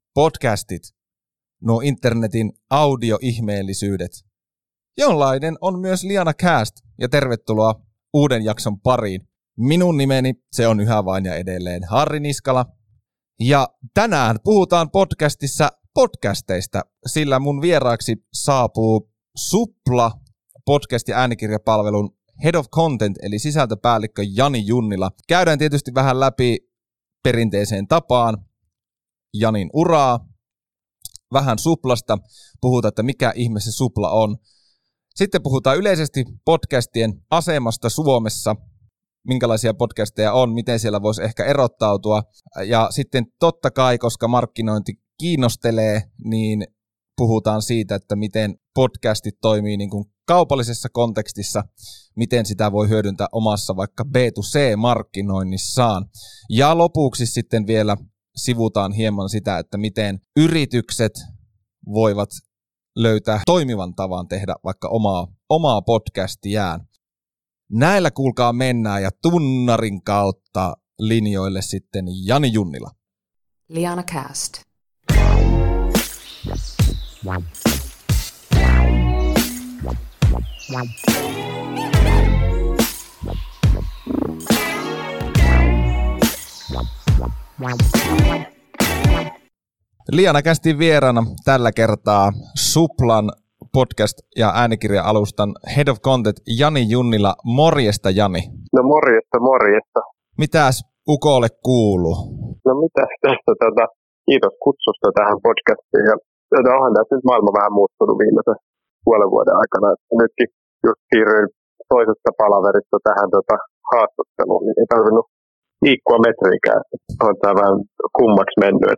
podcastit, nuo internetin audioihmeellisyydet. Jonlainen on myös Liana Cast ja tervetuloa uuden jakson pariin. Minun nimeni, se on yhä vain ja edelleen Harri Niskala. Ja tänään puhutaan podcastissa podcasteista, sillä mun vieraaksi saapuu Supla podcast- ja äänikirjapalvelun Head of Content eli sisältöpäällikkö Jani Junnila. Käydään tietysti vähän läpi perinteiseen tapaan Janin uraa, vähän Suplasta, puhutaan, että mikä ihme se Supla on. Sitten puhutaan yleisesti podcastien asemasta Suomessa, minkälaisia podcasteja on, miten siellä voisi ehkä erottautua. Ja sitten totta kai, koska markkinointi kiinnostelee, niin puhutaan siitä, että miten podcastit toimii niin kuin kaupallisessa kontekstissa, miten sitä voi hyödyntää omassa vaikka B2C-markkinoinnissaan. Ja lopuksi sitten vielä sivutaan hieman sitä, että miten yritykset voivat löytää toimivan tavan tehdä vaikka omaa podcastiään. Näillä kuulkaa mennään ja tunnarin kautta linjoille sitten Jani Junnila. Liana Cast. Liana Castin vieraana tällä kertaa Suplan podcast- ja äänikirja-alustan Head of Content Jani Junnila. Morjesta, Jani. No morjesta. Mitäs ukolle kuuluu? No mitäs tästä, kiitos kutsusta tähän podcastiin. Ja onhan tässä nyt maailma vähän muuttunut viimeisen puolen vuoden aikana. Että nytkin just siirryin toisesta palaverista tähän haastatteluun, niin ei tarvinnut liikkua metriikään. On tämä vähän kummaksi mennyt.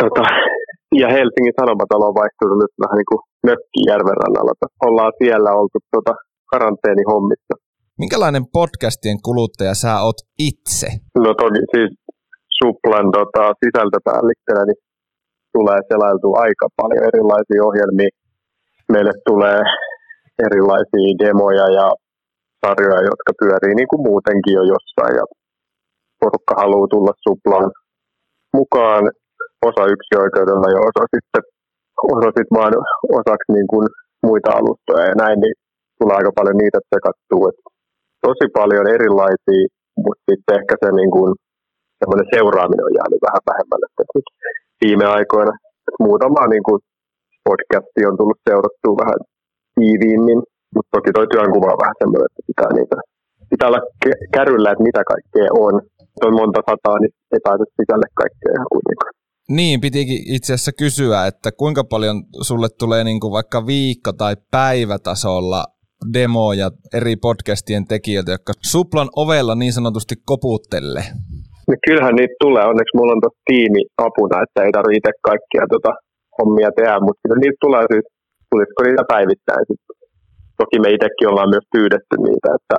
Ja Helsingin Sanomatalo on vaihtunut nyt vähän niin kuin mökkiin järvenrannalla. Ollaan siellä oltu karanteenihommissa. Minkälainen podcastien kuluttaja sä oot itse? No toki siis Suplan sisältöpäällikkönä niin tulee selailtua aika paljon erilaisia ohjelmia. Meille tulee erilaisia demoja ja sarjoja, jotka pyörii niin kuin muutenkin jo jossain. Ja porukka haluaa tulla Suplaan mukaan, osa yksioikeudella ja osa sitten vaan osaksi niin kuin muita alustoja ja näin, niin tulee aika paljon niitä sekattua. Tosi paljon erilaisia, mutta sitten ehkä se niin kuin semmoinen seuraaminen on jäänyt vähän vähemmälle viime aikoina. Muutama niin kuin podcasti on tullut seurattua vähän tiiviimmin, mutta toki toi työnkuva on vähän semmoinen, että pitää olla kärryllä, että mitä kaikkea on. On monta sataa, niin ei pääse sisälle kaikkea ihan kuitenkaan. Niin, pitikin itse asiassa kysyä, että kuinka paljon sulle tulee niin kuin vaikka viikko- tai päivätasolla demoja eri podcastien tekijöiltä, jotka Suplan ovella niin sanotusti koputtelee? No kyllähän niitä tulee. Onneksi mulla on tuossa tiimi apuna, että ei tarvitse itse kaikkia hommia tehdä, mutta niitä tulee siis, tulisiko niitä päivittäin sitten. Toki me itsekin ollaan myös pyydetty niitä, että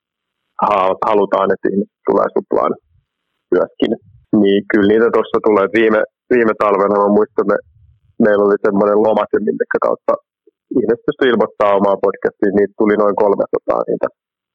halutaan, että ihmiset tulee Suplaan myöskin. Niin kyllä niitä tuossa tulee. Viime talvena mä muistan, meillä oli semmoinen lomake, minkä kautta ihmiset pystyi ilmoittaa omaa podcastia. Niitä tuli noin 300 niitä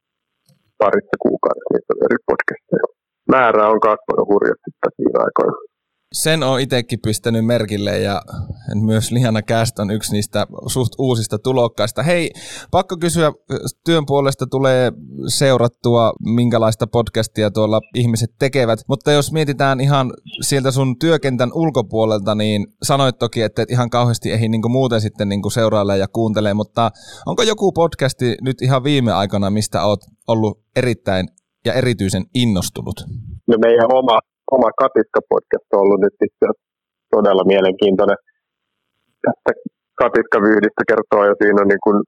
parissa kuukaudessa niitä eri podcasteja. Määrä on kasvanut hurjasti siinä aikoina. Sen on itsekin pistänyt merkille ja myös Liana Cast on yksi niistä suht uusista tulokkaista. Hei, pakko kysyä, työn puolesta tulee seurattua, minkälaista podcastia tuolla ihmiset tekevät, mutta jos mietitään ihan sieltä sun työkentän ulkopuolelta, niin sanoit toki, että et ihan kauheasti ehdi niin kuin muuten sitten niin kuin seurailee ja kuuntelee, mutta onko joku podcasti nyt ihan viime aikana, mistä oot ollut erittäin ja erityisen innostunut? No meidän oma Katiska-podcast on ollut nyt itse todella mielenkiintoinen. Tästä Katiska-vyhdistä kertoo jo siinä on niin kuin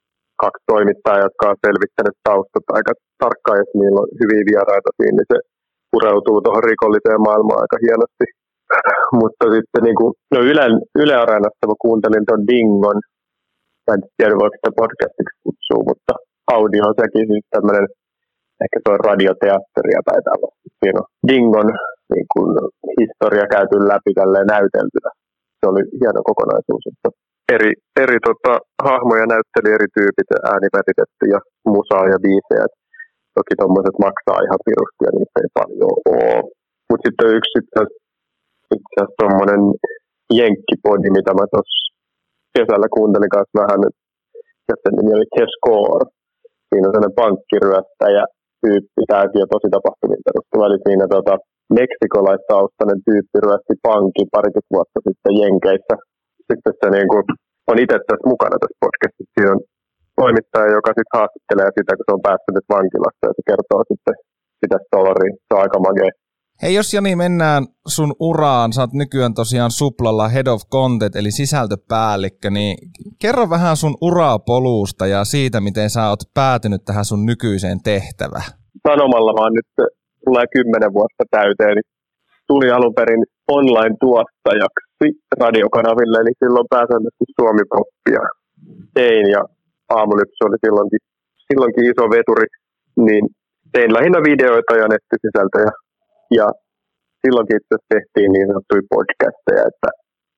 2 toimittajaa, jotka on selvittänyt taustat aika tarkkaan, jos niillä on hyviä vieraita siinä, niin se pureutuu tuohon rikolliseen maailmaan aika hienosti. Mutta sitten niin kuin, no Yle Areenasta mä kuuntelin tuon Dingon, en tiedä voiko sitä podcastiksi kutsua, mutta audio on sekin siis tämmöinen, ehkä se on radioteatteria tai tällaista. Siinä on Dingon niin kuin historia käyty läpi tälleen näyteltynä. Se oli hieno kokonaisuus, että eri hahmoja näytteli eri tyypit, ääni väritetty ja musaa ja biisejä. Toki tommoset maksaa ihan pirusti ja niitä ei paljon ole. Mutta sitten yksi itse asiassa tommonen jenkkipodi, mitä mä tuossa kesällä kuuntelin kanssa vähän, ja sen nimi oli Kescore. Siinä on sellainen pankkiryöstäjä tyyppi, tämäkin on tosi tapahtumiin perustuva, eli siinä meksikolais-taustainen tyyppi ryösti pankin parikymmentä vuotta sitten Jenkeissä. Sitten se niin kuin on itse tässä mukana tässä podcastissa. Siinä on toimittaja, joka sitten haastattelee sitä, kun se on päässyt nyt vankilasta, ja se kertoo sitten sitä storya. Se on aika magea. Hei, jos Jani mennään sun uraan, sä oot nykyään tosiaan Suplalla Head of Content, eli sisältöpäällikkö, niin kerro vähän sun urapolusta ja siitä, miten sä oot päätynyt tähän sun nykyiseen tehtävään. Sanomalla mä oon nyt, tulee 10 vuotta täyteen, niin tuli alun perin online-tuottajaksi radiokanaville, eli silloin pääsääntöisesti Suomi-poppia tein, ja Aamulypsy oli silloinkin iso veturi, niin tein lähinnä videoita ja nettisisältöjä. Ja silloinkin itse asiassa tehtiin niin sanottuja podcasteja, että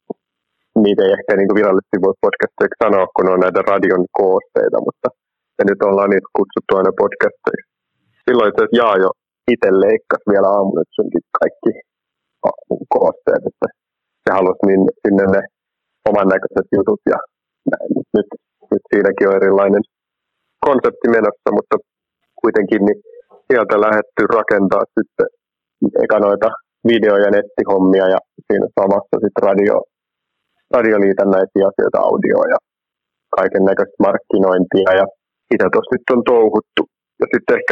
niitä ei ehkä niin virallisesti voi podcasteiksi sanoa, kun ne on näitä radion koosteita, mutta ja nyt ollaan niitä kutsuttu aina podcasteiksi. Silloin itse asiassa Jaajo itse leikkasi vielä Aamulypsynkin kaikki koosteet, että se halusi sinne ne oman näköiset jutut ja näin. Nyt siinäkin on erilainen konsepti menossa, mutta kuitenkin niin sieltä lähdetty rakentaa sitten eka noita video- ja nettihommia ja siinä samassa sitten radioliitännäisiä asioita, audioa ja kaiken näköistä markkinointia ja mitä tuossa nyt on touhuttu. Ja sitten ehkä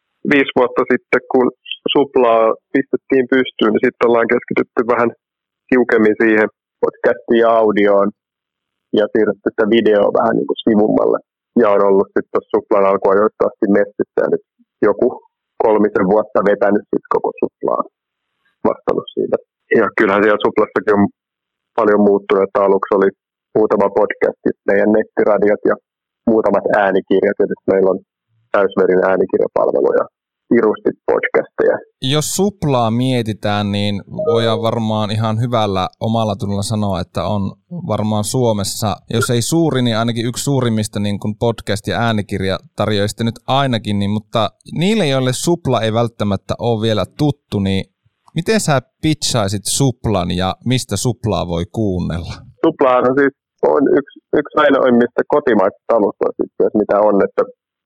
5 vuotta sitten, kun Suplaa pistettiin pystyyn, niin sitten ollaan keskitytty vähän tiukemmin siihen podcastiin ja audioon ja siirretty sitä videoa vähän niin kuin sivummalle. Ja on ollut sitten tuossa Suplan alkuajoista asti messissä ja nyt joku 3 vuotta vetänyt sitten koko Suplaa, vastannut siitä. Ja kyllähän siellä Suplassakin on paljon muuttunut, että aluksi oli muutama podcast, meidän nettiradiot ja muutamat äänikirjat, ja nyt meillä on täysverin äänikirjapalvelu ja irusti podcasteja. Jos Suplaa mietitään, niin voidaan varmaan ihan hyvällä omalla tunnolla sanoa, että on varmaan Suomessa, jos ei suuri, niin ainakin yksi suurimmista niin kuin podcast- ja äänikirjatarjoajista nyt ainakin, niin, mutta niille, joille Supla ei välttämättä ole vielä tuttu, niin miten sä pitchaisit Suplan ja mistä Suplaa voi kuunnella? Suplaahan siis on yksi ainoimmista kotimaisista alustoista, mitä on, että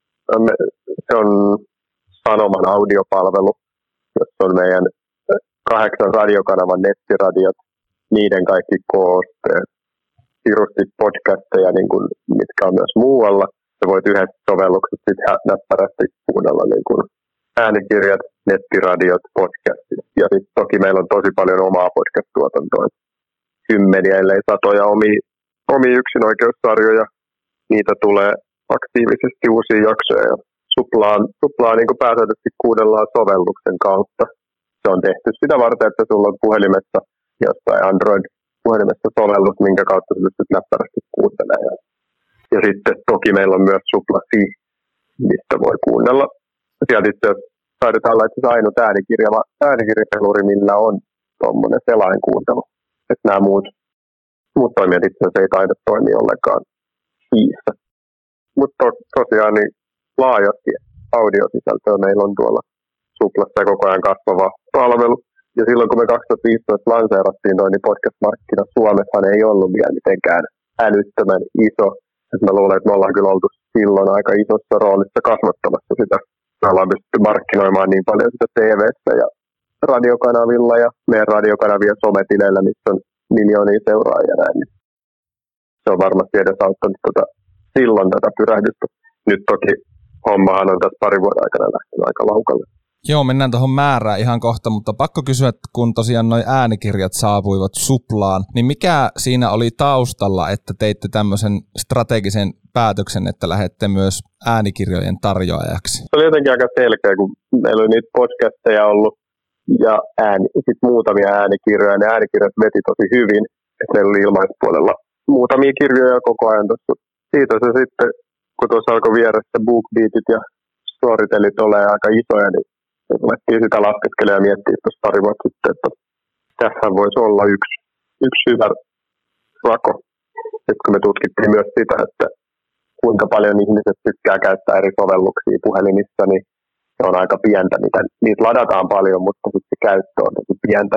se on Sanoman audiopalvelu, jossa on meidän 8 radiokanavan nettiradiot, niiden kaikki koosteet, irusti podcasteja, niin kuin, mitkä on myös muualla. Sä voit yhdessä sovelluksessa sitten näppärästi kuunnella niin kuin äänikirjat, nettiradiot, podcastit. Ja sitten toki meillä on tosi paljon omaa podcast-tuotantoa, kymmeniä, ellei satoja omia yksinoikeussarjoja. Niitä tulee aktiivisesti uusia jaksoja. Ja Suplaa niin kuin pääsääntöisesti kuunnellaan sovelluksen kautta. Se on tehty sitä varten, että sulla on puhelimessa jostain Android-puhelimessa sovellus, minkä kautta sä pystyt näppärästi kuuntelemaan. Ja sitten toki meillä on myös Supla.fi, mistä voi kuunnella. Sieltä itse asiassa taidetaan olla itse asiassa ainut äänikirjapeluri, millä on tuommoinen selainkuuntelu. Että nämä muut toimijat itse asiassa ei taida toimia ollenkaan hiissä. Mutta tosiaan niin laajasti audiosisältöä meillä on tuolla Suplassa koko ajan kasvava palvelu. Ja silloin kun me 2015 lanseerattiin niin podcast-markkina Suomessahan ei ollut vielä mitenkään älyttömän iso. Et mä luulen, että me ollaan kyllä oltu silloin aika isossa roolissa kasvattamassa sitä. Me ollaan pystytty markkinoimaan niin paljon sitä TV:ssä ja radiokanavilla ja meidän radiokanavien sometileillä, missä on miljoonia seuraajia näin. Se on varmasti edesauttanut silloin tätä pyrähdystä. Nyt toki hommahan on tässä 2 vuoden aikana lähtenyt aika laukalle. Joo, mennään tuohon määrään ihan kohta, mutta pakko kysyä, että kun tosiaan noi äänikirjat saapuivat Suplaan, niin mikä siinä oli taustalla, että teitte tämmöisen strategisen päätöksen, että lähdette myös äänikirjojen tarjoajaksi? Se oli jotenkin aika selkeä, kun meillä oli niitä podcasteja ollut ja sitten muutamia äänikirjoja, ne äänikirjat veti tosi hyvin, että meillä oli ilmaispuolella muutamia kirjoja koko ajan tuossa. Siitä se sitten, kun tuossa alkoi vieressä BookBeatit ja Storytelit olemaan aika isoja, niin ruvettiin sitä laskeskelemaan ja miettiä tuossa 2 vuotta sitten, että tässä voisi olla yksi hyvä rako. Sitten kun me tutkittiin myös sitä, että kuinka paljon ihmiset tykkää käyttää eri sovelluksia puhelimissa, niin se on aika pientä. Niitä ladataan paljon, mutta sitten se käyttö on tosi pientä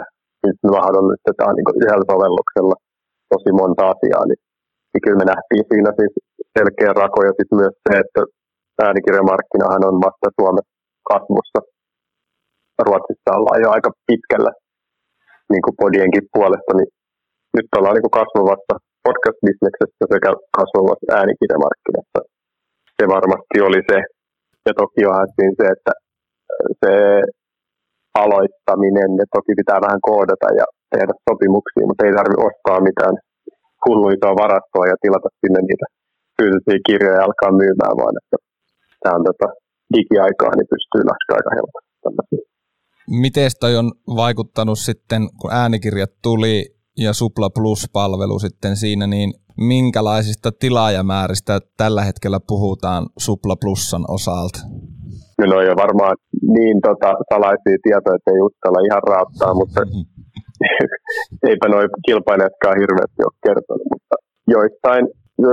nyt mahdollistetaan niin yhdellä sovelluksella tosi monta asiaa, niin kyllä me nähtiin siinä siis selkeä rako, ja sitten myös se, että äänikirjamarkkinahan on vasta Suomessa kasvussa. Ruotsissa ollaan jo aika pitkällä niin kuin podienkin puolesta, niin nyt ollaan niin kuin kasvavassa podcast-bisneksessä sekä kasvavassa äänikirjamarkkinassa. Se varmasti oli se. Ja toki onhan siinä se, että se aloittaminen, ne toki pitää vähän koodata ja tehdä sopimuksia, mutta ei tarvitse ostaa mitään hulluisoa varastoa ja tilata sinne niitä fyysisiä kirjoja ja alkaa myymään, vaan että tämä on digiaikaa, niin pystyy laskemaan aika helposti. Miten toi on vaikuttanut sitten, kun äänikirjat tuli ja Supla Plus-palvelu sitten siinä, niin minkälaisista tilaajamääristä tällä hetkellä puhutaan Supla Plusan osalta? No on jo varmaan niin salaisia tietoja, että ei uskalla ihan raottaa, mutta eipä noi kilpailijatkaan hirveästi ole kertonut, mutta joistain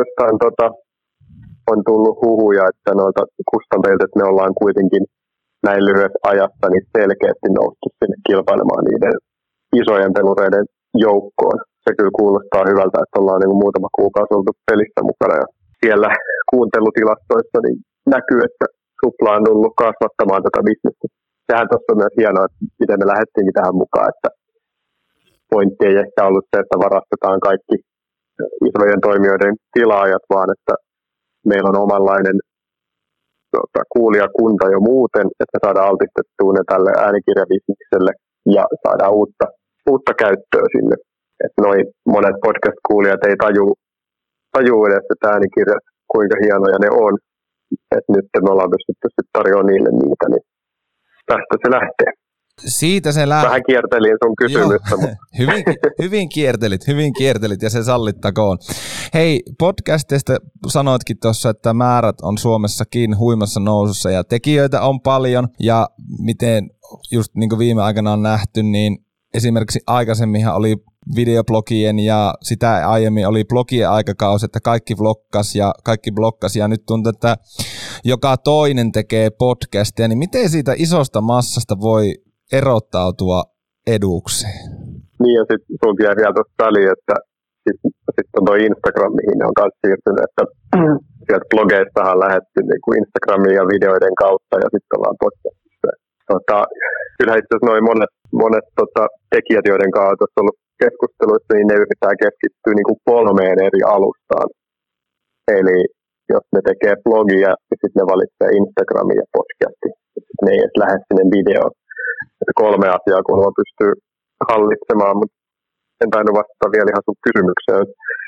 on tullut huhuja, että noilta kustantajilta, että me ollaan kuitenkin näin lyhyessä ajassa niin selkeästi noustu sinne kilpailemaan niiden isojen pelureiden joukkoon. Se kyllä kuulostaa hyvältä, että ollaan niin muutama kuukausi oltu pelissä mukana ja siellä kuuntelutilastoissa niin näkyy, että Supla on tullut kasvattamaan tätä bisnestä. Sehän tuossa on myös hienoa, että miten me lähdettiinkin tähän mukaan, että pointti ei ehkä ollut se, että varastetaan kaikki isojen toimijoiden tilaajat, vaan että meillä on omanlainen kuulijakunta jo muuten, että saadaan altistettua ne tälle äänikirjabisnekselle ja saadaan uutta käyttöä sinne. Että noin monet podcast-kuulijat ei tajuu edes, että äänikirjat, kuinka hienoja ne on. Että nyt me ollaan pystytty tarjoamaan niille niitä, niin tästä se lähtee. Siitä se lähtee. Vähän kiertelin sun kysymystä. Mutta. Hyvin kiertelit ja se sallittakoon. Hei, podcasteista sanoitkin tuossa, että määrät on Suomessakin huimassa nousussa ja tekijöitä on paljon. Ja miten just niin kuin viime aikana on nähty, niin esimerkiksi aikaisemminhan oli videoblogien ja sitä aiemmin oli blogien aikakausi, että kaikki blokkas ja nyt tuntuu, että joka toinen tekee podcastia, niin miten siitä isosta massasta voi erottautua edukseen? Niin ja sitten sulki jäi vielä tuosta väliin, että sitten on tuo Instagram, mihin ne on kanssa siirtynyt, että sieltä blogeistahan lähdetty niin kuin Instagramin ja videoiden kautta ja sitten ollaan podcastissa. Kyllähän itse asiassa noin monet tekijät, joiden kanssa on ollut keskusteluissa, niin ne yrittää keskittyä niin kuin 3 eri alustaan. Eli jos ne tekee blogia, niin sitten ne valitsee Instagramin ja podcastin. Sitten ne ei edes lähde sinne videoon. 3 asiaa, kun mä pystyy hallitsemaan, mutta en tainnut vastata vielä ihan sun kysymykseen.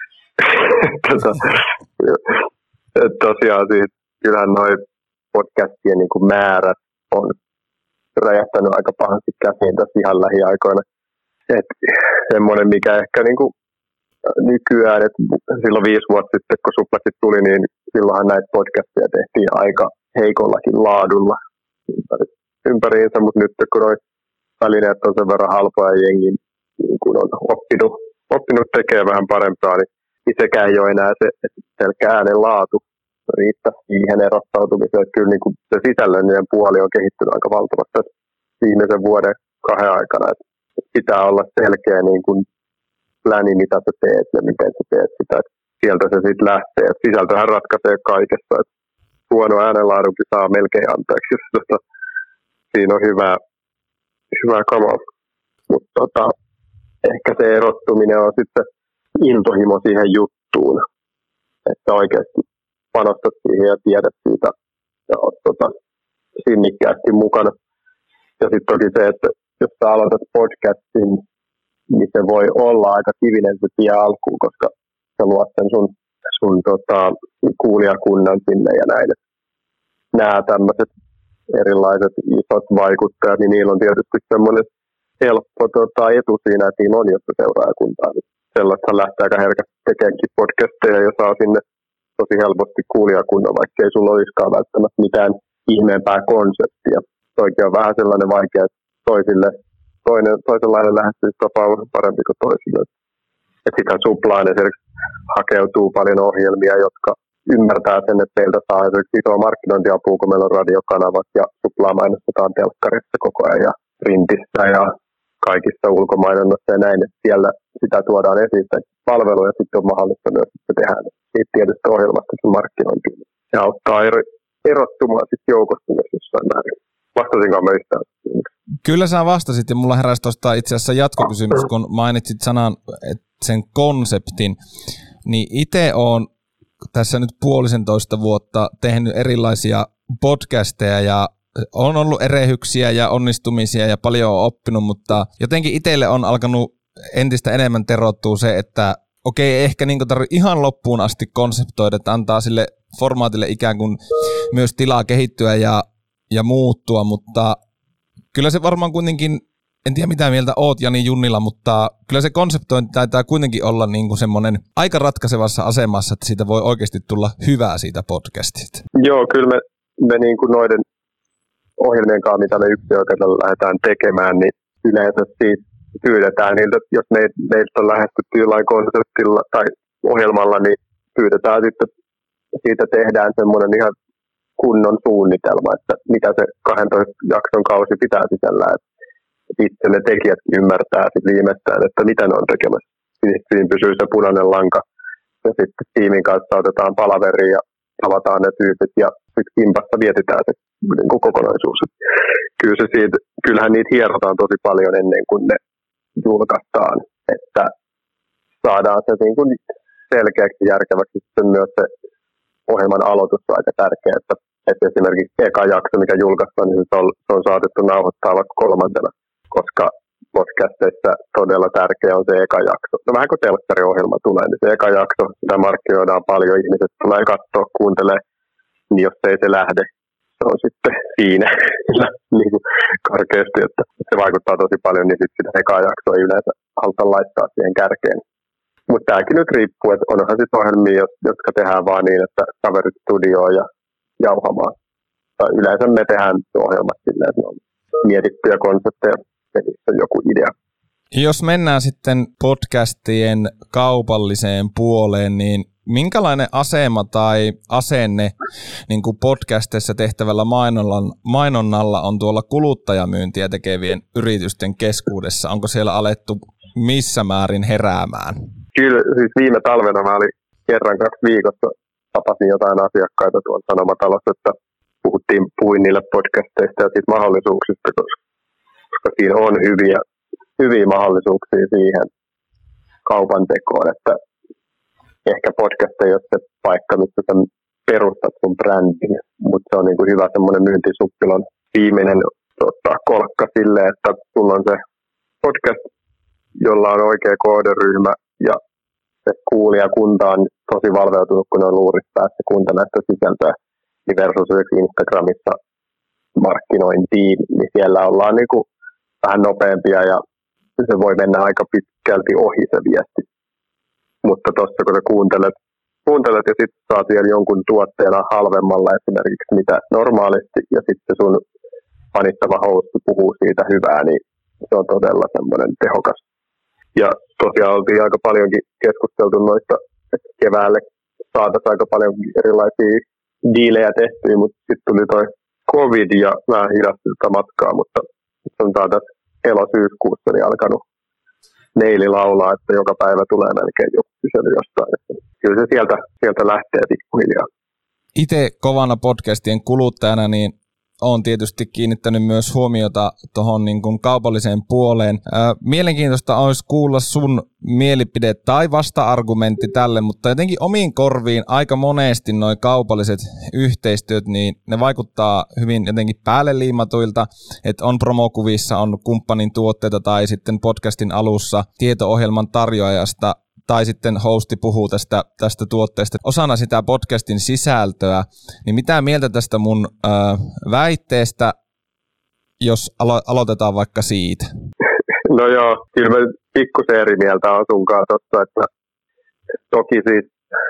Tosiaan siis, kyllähän noi podcastien niin kuin määrät on räjähtänyt aika pahasti käsiin tässä ihan lähiaikoina. Että semmoinen, mikä ehkä niin kuin nykyään, että silloin 5 vuotta sitten, kun Suplakin tuli, niin silloinhan näitä podcastia tehtiin aika heikollakin laadulla ympäriinsä, mutta nyt kun noi välineet on sen verran halpoja ja jengi niin kun on oppinut tekemään vähän parempaa, niin sekään ei ole enää se pelkkä äänen laatu riittää siihen erottautumiseen. Että kyllä niin kuin se sisällöllinen puoli on kehittynyt aika valtavasti viimeisen 1-2 aikana. Että pitää olla selkeä niin kuin pläni, mitä sä teet ja miten sä teet sitä. Että sieltä se sitten lähtee. Että sisältöhän ratkaisee kaikessa. Että huono äänenlaadunkin saa melkein anteeksi. Siinä on hyvä kama. Mutta ehkä se erottuminen on sitten intohimo siihen juttuun. Että oikeasti panostat siihen ja tiedät siitä ja olet sinnikkäästi mukana. Ja sitten toki se, että jos sä aloitat podcastin, niin se voi olla aika kivinen se tie alkuun, koska sä luot sen sun kuulijakunnan sinne ja näin. Nämä tämmöiset erilaiset isot vaikuttajat, niin niillä on tietysti semmoinen helppo etu siinä, että niillä on jo seuraajakuntaa. Niin sellaista lähtee aika herkästi tekemäänkin podcasteja ja saa sinne tosi helposti kuulijakunnan, vaikka ei sulla olisikaan välttämättä mitään ihmeempää konseptia. Toikin on vähän sellainen vaikea, että toisenlainen lähestymistapa on parempi kuin toisille. Sitten Suplaan esimerkiksi hakeutuu paljon ohjelmia, jotka ymmärtää sen, että meiltä saa esimerkiksi isoa markkinointiapua, kun meillä on radiokanavat ja Suplaa mainostetaan telkkarissa koko ajan ja printissä ja kaikissa ulkomainonnassa ja näin, että siellä sitä tuodaan esiin palveluja, ja sitten on mahdollista myös, että tehdään siitä tietystä ohjelmastakin markkinointiin. Ja auttaa erottumaan sitten joukosta myös jossain määrin. Vastasinko mä yhtään? Kyllä sä vastasit, ja mulla heräsi tuosta itse asiassa jatkokysymys, kun mainitsit sanan, sen konseptin, niin itse oon tässä nyt 1,5 vuotta tehnyt erilaisia podcasteja ja on ollut erehyksiä ja onnistumisia ja paljon on oppinut, mutta jotenkin itselle on alkanut entistä enemmän terottua se, että okei, ehkä niin tarvitse ihan loppuun asti konseptoida, että antaa sille formaatille ikään kuin myös tilaa kehittyä ja muuttua, mutta kyllä se varmaan kuitenkin, en tiedä mitä mieltä oot Jani Junnila, mutta kyllä se konseptointi taitaa kuitenkin olla niin kuin semmoinen aika ratkaisevassa asemassa, että siitä voi oikeasti tulla hyvää siitä podcastista. Joo, kyllä me niin kuin noiden ohjelmien kanssa, mitä me yksilöillä lähdetään tekemään, niin yleensä siitä pyydetään niiltä, jos meiltä on lähestytty jollain konseptilla tai ohjelmalla, niin pyydetään sitten, siitä tehdään semmoinen ihan kunnon suunnitelma, että mitä se 12 jakson kausi pitää sisällään. Itse ne tekijätkin ymmärtää sitten viimeistään, että mitä ne on tekemässä. Siinä pysyy se punainen lanka ja sitten tiimin kanssa otetaan palaveriin ja tavataan ne tyypit ja sitten kimpassa mietitään se niin kuin kokonaisuus. Kyllähän niitä hierotaan tosi paljon ennen kuin ne julkaistaan, että saadaan se niin kuin selkeäksi järkeväksi. Sitten myös se ohjelman aloitus on aika tärkeä, että esimerkiksi eka jakso, mikä julkaistaan, niin se on saatettu nauhoittaa vaikka 3. koska podcasteissa todella tärkeä on se eka jakso. No vähän kuin telkkariohjelma tulee, niin se eka jakso, sitä markkinoidaan paljon, ihmiset tulee katsoa, kuuntelee, niin jos ei se lähde, se on sitten siinä niin kuin karkeasti, että se vaikuttaa tosi paljon, niin sitten sitä ekaa jaksoa ei yleensä haluta laittaa siihen kärkeen. Mutta tämäkin nyt riippuu, että onhan sitten ohjelmia, jotka tehdään vaan niin, että kaverit studioon ja jauhamaan. Tai yleensä me tehdään ohjelmat silleen, että ne on mietittyjä konsepteja, että on joku idea. Jos mennään sitten podcastien kaupalliseen puoleen, niin minkälainen asema tai asenne niin kuin podcasteissa tehtävällä mainonnalla on tuolla kuluttajamyyntiä tekevien yritysten keskuudessa? Onko siellä alettu missä määrin heräämään? Kyllä, siis viime talvena mä olin kerran 2 viikossa, tapasin jotain asiakkaita tuolla Sanomatalossa, että puhuin niille podcasteista ja siitä mahdollisuuksista, koska siinä on hyviä mahdollisuuksia siihen kaupan tekoon, että ehkä podcast ei ole se paikka, missä sä perustat sun brändin, mutta se on niin kuin hyvä semmoinen myyntisuppilon viimeinen kolkka silleen, että sulla on se podcast, jolla on oikea kohderyhmä ja se kuulijakunta on tosi valveutunut, kun on luurit päässä kuuntelemaan sitä sisältöä, niin versus Instagramissa markkinointiin, niin siellä ollaan niin kuin vähän nopeampia ja se voi mennä aika pitkälti ohi se viesti. Mutta tuossa kun sä kuuntelet ja sitten saa siellä jonkun tuotteena halvemmalla esimerkiksi mitä normaalisti ja sitten sun panittava hosti puhuu siitä hyvää, niin se on todella semmoinen tehokas. Ja tosiaan oltiin aika paljonkin keskusteltu noista, että keväälle saataisiin aika paljon erilaisia diilejä tehtyä, mutta sitten tuli toi COVID ja vähän hidasti sitä matkaa, mutta sanotaan tässä elo-syyskuussa niin alkanut neili laulaa, että joka päivä tulee melkein joku kysely jostain. Että kyllä se sieltä lähtee pikkuhiljaa. Itse kovana podcastien kuluttajana niin olen tietysti kiinnittänyt myös huomiota tuohon niin kuin kaupalliseen puoleen. Mielenkiintoista olisi kuulla sun mielipide tai vasta-argumentti tälle, mutta jotenkin omiin korviin aika monesti nuo kaupalliset yhteistyöt, niin ne vaikuttaa hyvin jotenkin päälle liimatuilta, että on promokuvissa, on kumppanin tuotteita tai sitten podcastin alussa tieto-ohjelman tarjoajasta tai sitten hosti puhuu tästä tuotteesta osana sitä podcastin sisältöä, niin mitä mieltä tästä mun väitteestä, jos aloitetaan vaikka siitä? No joo, kyllä mä pikkusen eri mieltä on sunkaan tuossa, että toki siis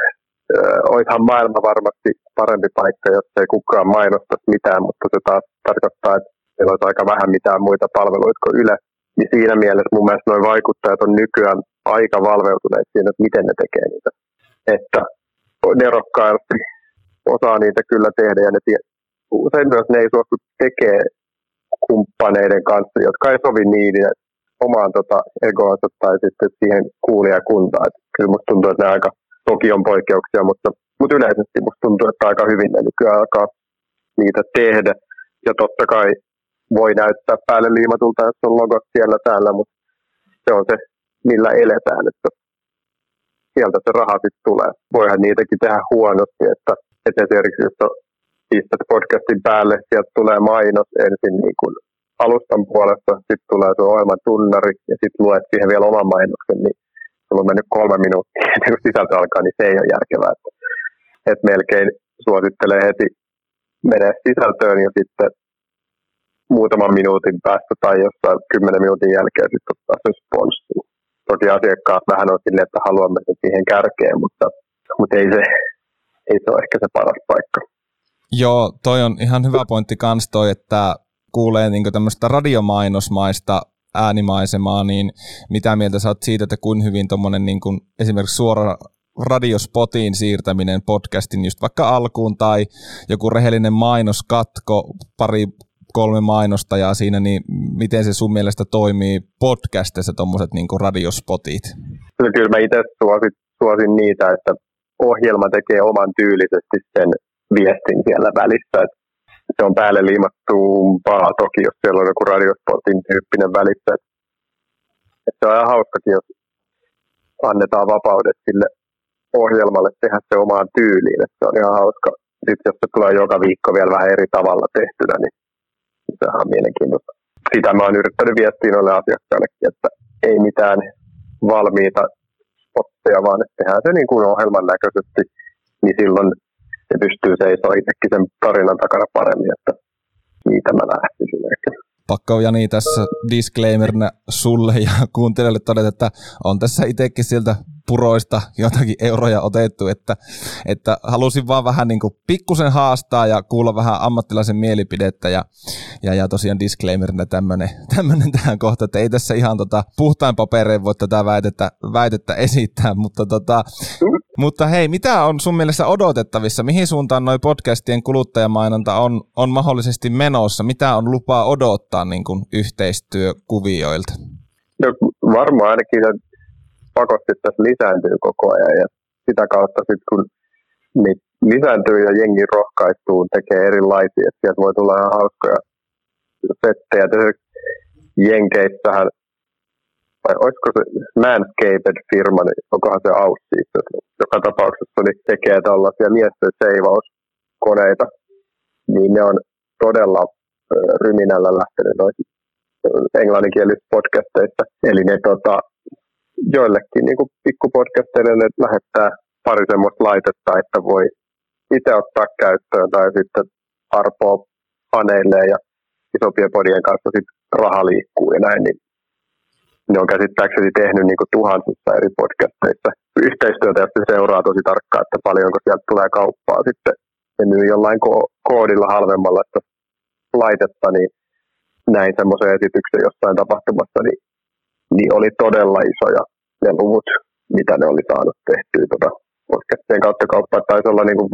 oishan maailma varmasti parempi paikka, jos ei kukaan mainostaisi mitään, mutta se taas tarkoittaa, että meillä olisi aika vähän mitään muita palveluita kuin Yle. Niin siinä mielessä mun mielestä nuo vaikuttajat on nykyään aika valveutuneet siinä, että miten ne tekee niitä. Että nerokkaasti osaa niitä kyllä tehdä ja usein myös ne ei suostu tekemään kumppaneiden kanssa, jotka ei sovi niiden omaan egoonsa tai sitten siihen kuulijakuntaan. Et kyllä musta tuntuu, että ne aika, toki on poikkeuksia, mutta yleisesti musta tuntuu, että aika hyvin ne nykyään alkaa niitä tehdä. Ja totta kai voi näyttää päälle liimatulta, jos on logot siellä täällä, mutta se on se, millä eletään, että sieltä se raha sitten tulee. Voihan niitäkin tehdä huonosti, että esimerkiksi jos pistät podcastin päälle, sieltä tulee mainos ensin niin kuin alustan puolesta, sitten tulee se ohjelman tunnari ja sitten luet siihen vielä oman mainoksen, niin sulla on mennyt 3 minuuttia, ja kun sisältö alkaa, niin se ei ole järkevää. Että melkein suosittelee heti menee sisältöön ja sitten muutaman minuutin päästä tai jossain 10 minuutin jälkeen sitten ottaa se sponssi. Toki asiakkaat vähän on silleen, että haluamme sen siihen kärkeen, mutta ei se ole ehkä se paras paikka. Joo, toi on ihan hyvä pointti kans toi, että kuulee niinku tämmöistä radiomainosmaista äänimaisemaa, niin mitä mieltä sä oot siitä, että kuin hyvin tommonen niinku esimerkiksi suora radiospotin siirtäminen podcastin just vaikka alkuun tai joku rehellinen mainoskatko, 2-3 mainostajaa siinä, niin miten se sun mielestä toimii podcastissa tommoset niinku radiospotit? Kyllä mä itse suosin niitä, että ohjelma tekee oman tyylisesti sen viestin siellä välissä. Et se on päälle liimattuumpaa toki, jos siellä on joku radiospotin tyyppinen välissä. Et se on ihan hauskakin, jos annetaan vapaudet sille ohjelmalle tehdä se omaan tyyliin. Et se on ihan hauska. Sitten jos se tulee joka viikko vielä vähän eri tavalla tehtynä, niin sehän on mielenkiintoista. Sitä mä oon yrittänyt viestiä noille asiakkaillekin, että ei mitään valmiita spotteja, vaan että tehdään se niin kuin ohjelman näköisesti, niin silloin se pystyy seisomaan itsekin sen tarinan takana paremmin, että niitä mä lähtisin ehkä. Pakko Jani tässä disclaimerina sulle ja kuuntelijoille todeta, että on tässä itsekin sieltä puroista jotakin euroja otettu, että halusin vaan vähän niin kuin pikkusen haastaa ja kuulla vähän ammattilaisen mielipidettä ja tosiaan disclaimerina tämmönen tähän kohtaan, että ei tässä ihan puhtain paperein voi tätä väitettä esittää, mutta hei, mitä on sun mielestä odotettavissa? Mihin suuntaan noi podcastien kuluttajamainonta on mahdollisesti menossa? Mitä on lupaa odottaa niin kuin yhteistyökuvioilta? No, varmaan ainakin pakosti tässä lisääntyy koko ajan ja sitä kautta sitten kun niitä lisääntyy ja jengi rohkaistuu, tekee erilaisia, että sieltä voi tulla ihan hauskoja settejä. Jenkeissähän, vai olisiko se Manscaped-firma, niin onkohan se Aussi, joka tapauksessa niin tekee tällaisia miesten seivauskoneita, niin ne on todella ryminällä lähtenyt noissa englanninkielisissä podcasteissa. Eli ne joillekin niin pikkupodcasteille ne lähettää pari semmoista laitetta, että voi itse ottaa käyttöön tai sitten arpoa paneilleen ja isompien podien kanssa sitten raha liikkuu ja näin, niin ne on käsittääkseni tehnyt niin kuin tuhansissa eri podcasteissa yhteistyötä, ja se seuraa tosi tarkkaan, että paljonko sieltä tulee kauppaa sitten. Ne myy jollain koodilla halvemmalla että laitetta, niin näin semmoisen esityksen jossain tapahtumassa, niin oli todella isoja ne luvut, mitä ne oli saanut tehtyä podcastien kautta kauppaa. Taisi olla niin kuin,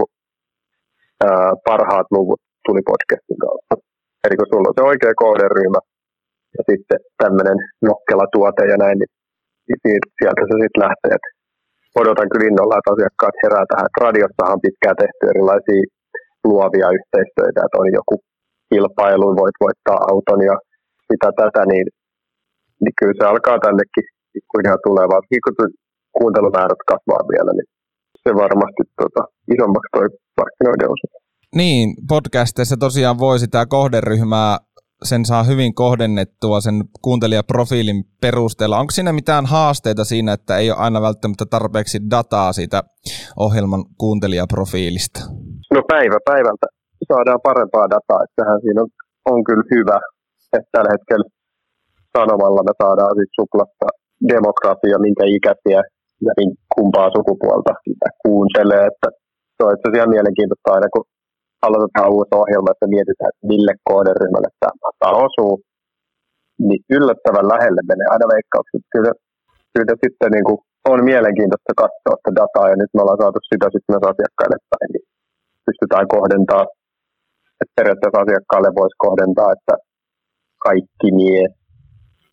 parhaat luvut tuli podcastin kautta. Eli kun sulla on se oikea kohderyhmä ja sitten tämmöinen nokkela tuote ja näin, niin sieltä se sitten lähtee. Et odotan kyllä innolla, että asiakkaat herää tähän. Radiossahan on pitkään tehty erilaisia luovia yhteistyötä, että on joku kilpailu, voit voittaa auton ja sitä tätä, niin kyllä se alkaa tännekin pikkuhiljaa tulee, varsinkin kun kuuntelumäärät kasvaa vielä, niin se varmasti isommaksi toi markkinoiden osuus. Niin, podcasteissa tosiaan voi sitä kohderyhmää, sen saa hyvin kohdennettua sen kuuntelijaprofiilin perusteella. Onko siinä mitään haasteita siinä, että ei ole aina välttämättä tarpeeksi dataa siitä ohjelman kuuntelijaprofiilista? No päivältä saadaan parempaa dataa, että sehän siinä on kyllä hyvä, että tällä hetkellä sanomalla me saadaan siis suplasta demografia, minkä ikäisiä ja kumpaa sukupuolta sitä kuuntelee. Että se on itse asiassa ihan mielenkiintoista aina, kun aloitetaan uusi ohjelma, että mietitään, että mille kohderyhmälle tämä osuu, niin yllättävän lähelle menee aina veikkaukset. Kyllä sitten niin kuin on mielenkiintoista katsoa sitä dataa, ja nyt me ollaan saatu sitä sitten myös asiakkaille päin, niin pystytään kohdentamaan, että periaatteessa asiakkaalle voisi kohdentaa, että kaikki mies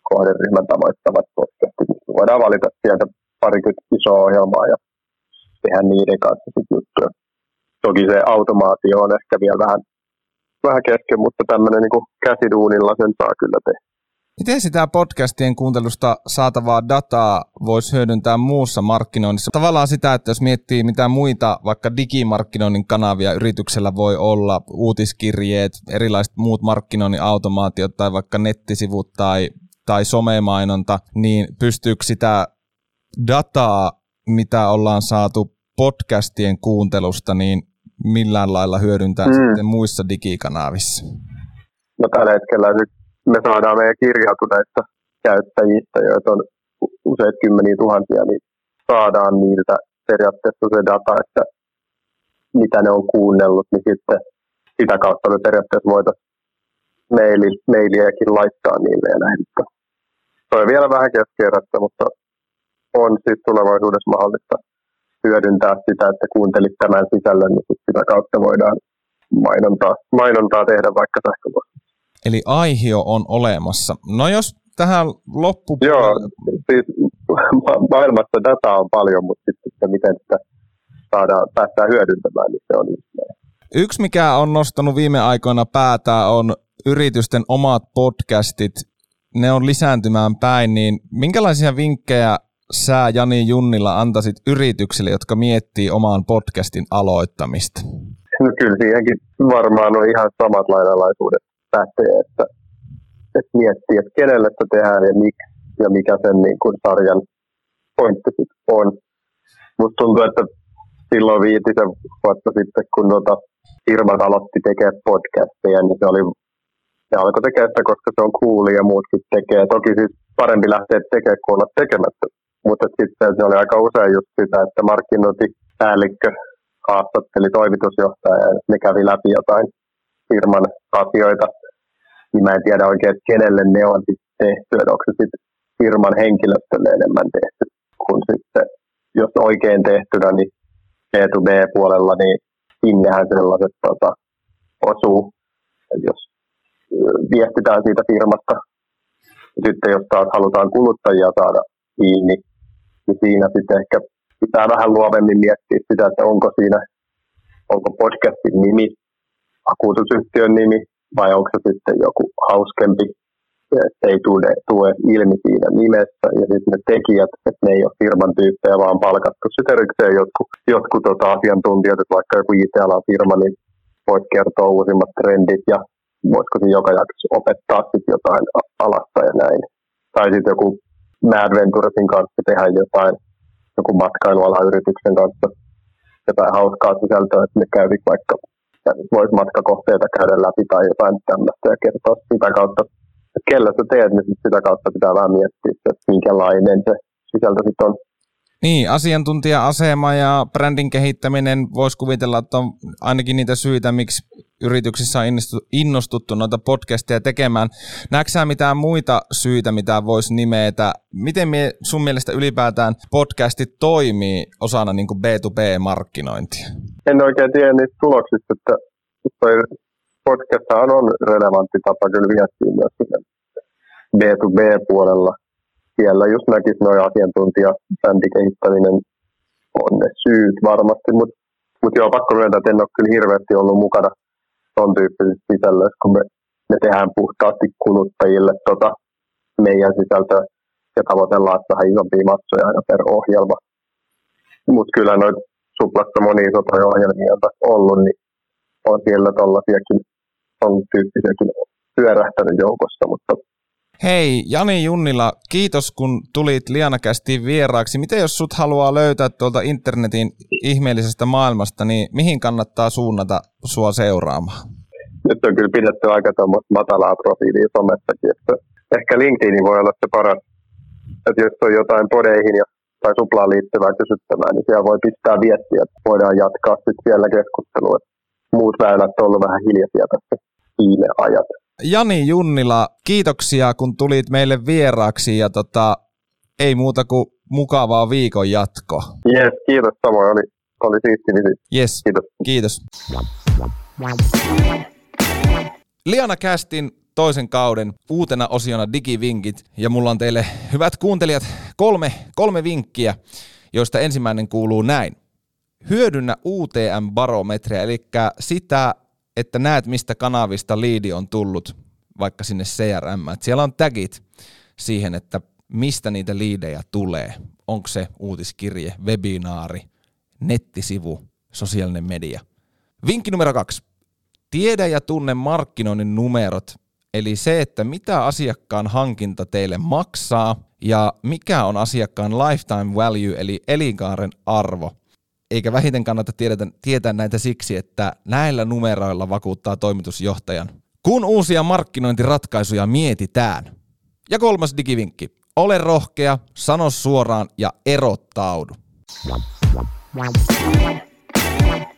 kohderyhmän tavoittavat podcastit. Voidaan valita sieltä parikymmentä isoa ohjelmaa ja tehdä niiden kanssa sit juttuja. Toki se automaatio on ehkä vielä vähän kesken, mutta tämmöinen niin käsiduunilla sen saa kyllä tehdä. Miten sitä podcastien kuuntelusta saatavaa dataa voisi hyödyntää muussa markkinoinnissa? Tavallaan sitä, että jos miettii mitä muita vaikka digimarkkinoinnin kanavia yrityksellä voi olla, uutiskirjeet, erilaiset muut markkinoinnin automaatiot tai vaikka nettisivut tai somemainonta, niin pystyykö sitä dataa, mitä ollaan saatu podcastien kuuntelusta, niin millään lailla hyödyntää sitten muissa digikanavissa? No tällä hetkellä me saadaan meidän kirjautuneista käyttäjistä, joita on useita kymmeniä tuhansia, niin saadaan niiltä periaatteessa se data, että mitä ne on kuunnellut, niin sitten sitä kautta me periaatteessa voitaisiin mailiäkin laittaa niille ja näin. Se on vielä vähän keskeeräistä, mutta on siis tulevaisuudessa mahdollista hyödyntää sitä, että kuuntelit tämän sisällön, niin sitä kautta voidaan mainontaa tehdä vaikka sähköpostissa. Eli aihio on olemassa. No jos tähän Joo, siis maailmassa dataa on paljon, mutta sitten miten sitä päästään hyödyntämään, niin se on just näin. Yksi, mikä on nostanut viime aikoina päätään, on yritysten omat podcastit. Ne on lisääntymään päin, niin minkälaisia vinkkejä sä, Jani Junnila, antaisit yrityksille, jotka miettii oman podcastin aloittamista? No kyllä siihenkin varmaan on ihan samat lainalaisuudet pätee, että miettii, että kenelle se tehdään ja miksi ja mikä sen niin kuin sarjan pointti sitten on. Musta tuntuu, että silloin 5 vuotta sitten, kun firmat aloitti tekemään podcasteja, niin se alkoi tekemään sitä, koska se on cool ja muutkin tekee. Toki siis parempi lähteä tekemään kuin olla tekemättä. Mutta sitten se oli aika usein just sitä, että markkinointipäällikkö haastatteli toimitusjohtaja ja ne kävi läpi jotain firman asioita. Niin mä en tiedä oikein, että kenelle ne on sitten tehty, että onko se sitten firman henkilöstölle enemmän tehty. Kun sitten, jos oikein tehtynä, niin B2B-puolella, niin sinnehän sellaiset osuu, jos viestitään siitä firmasta. Sitten jos taas halutaan kuluttajia saada kiinni, niin siinä sitten ehkä pitää vähän luovemmin miettiä sitä, että onko podcastin nimi vakuutusyhtiön nimi, vai onko se sitten joku hauskempi, että ei tule ilmi siinä nimessä, ja sitten ne tekijät, että ne ei ole firman tyyppejä, vaan palkattu sitten erikseen jotkut asiantuntijat, että vaikka joku IT-alan firma, niin voisi kertoa uusimmat trendit, ja voisiko se joka jakso opettaa sitten jotain alasta ja näin. Tai sitten joku Mad Venturesin kanssa tehdä joku matkailualan yrityksen kanssa jotain hauskaa sisältöä, että ne käyvät vaikka voisi matkakohteita käydä läpi tai jotain tämmöistä ja kertoa sitä kautta, että kellä sä teet, niin sitä kautta pitää vähän miettiä, että minkälainen se sisältö sitten on. Niin, asiantuntija-asema ja brändin kehittäminen voisi kuvitella, että on ainakin niitä syitä, miksi yrityksissä on innostuttu noita podcasteja tekemään. Näetkö sä mitään muita syitä, mitä voisi nimetä? Miten sun mielestä ylipäätään podcastit toimii osana niin kuin B2B-markkinointia? En oikein tiedä niistä tuloksista, että podcasthan on relevantti tapa kyllä viestiä myös B2B-puolella. Siellä just näkisi nuo asiantuntija-brändikehittäminen on ne syyt varmasti, mutta joo, pakko myöntää, että en ole kyllä hirveästi ollut mukana ton tyyppisissä sisällöissä, kun me tehdään puhtaasti kuluttajille meidän sisältöä ja tavoitellaan vähän isompia matsoja aina per ohjelma. Mutta kyllä noita Suplassa monia sotoja ohjelmia on ollut, niin on siellä tollaisiakin, on tyyppisiäkin pyörähtänyt joukossa, mutta hei, Jani Junnila, kiitos kun tulit LianaCastiin vieraaksi. Miten jos sut haluaa löytää tuolta internetin ihmeellisestä maailmasta, niin mihin kannattaa suunnata sua seuraamaan? Nyt on kyllä pidetty aika matalaa profiilia somessakin, että ehkä LinkedIn voi olla se paras, että jos on jotain podeihin tai Suplaan liittyvää kysyttävää, niin siellä voi pistää viestiä, että voidaan jatkaa sitten siellä keskustelua. Muut väylät on ollut vähän hiljaisia tässä viime ajat. Jani Junnila, kiitoksia kun tulit meille vieraaksi ja ei muuta kuin mukavaa viikon jatkoa. Jes, kiitos samoin, oli siisti visit. Jes, kiitos. LianaCastin toisen kauden uutena osiona Digivinkit. Ja mulla on teille, hyvät kuuntelijat, kolme vinkkiä, joista ensimmäinen kuuluu näin. Hyödynnä UTM-barometria, eli sitä, että näet mistä kanavista liidi on tullut vaikka sinne CRM. Et siellä on tagit siihen, että mistä niitä liidejä tulee. Onko se uutiskirje, webinaari, nettisivu, sosiaalinen media. Vinkki numero 2. Tiedä ja tunne markkinoinnin numerot, eli se, että mitä asiakkaan hankinta teille maksaa ja mikä on asiakkaan lifetime value, eli elinkaaren arvo. Eikä vähiten kannata tietää näitä siksi, että näillä numeroilla vakuuttaa toimitusjohtajan, kun uusia markkinointiratkaisuja mietitään. Ja 3. digivinkki. Ole rohkea, sano suoraan ja erottaudu.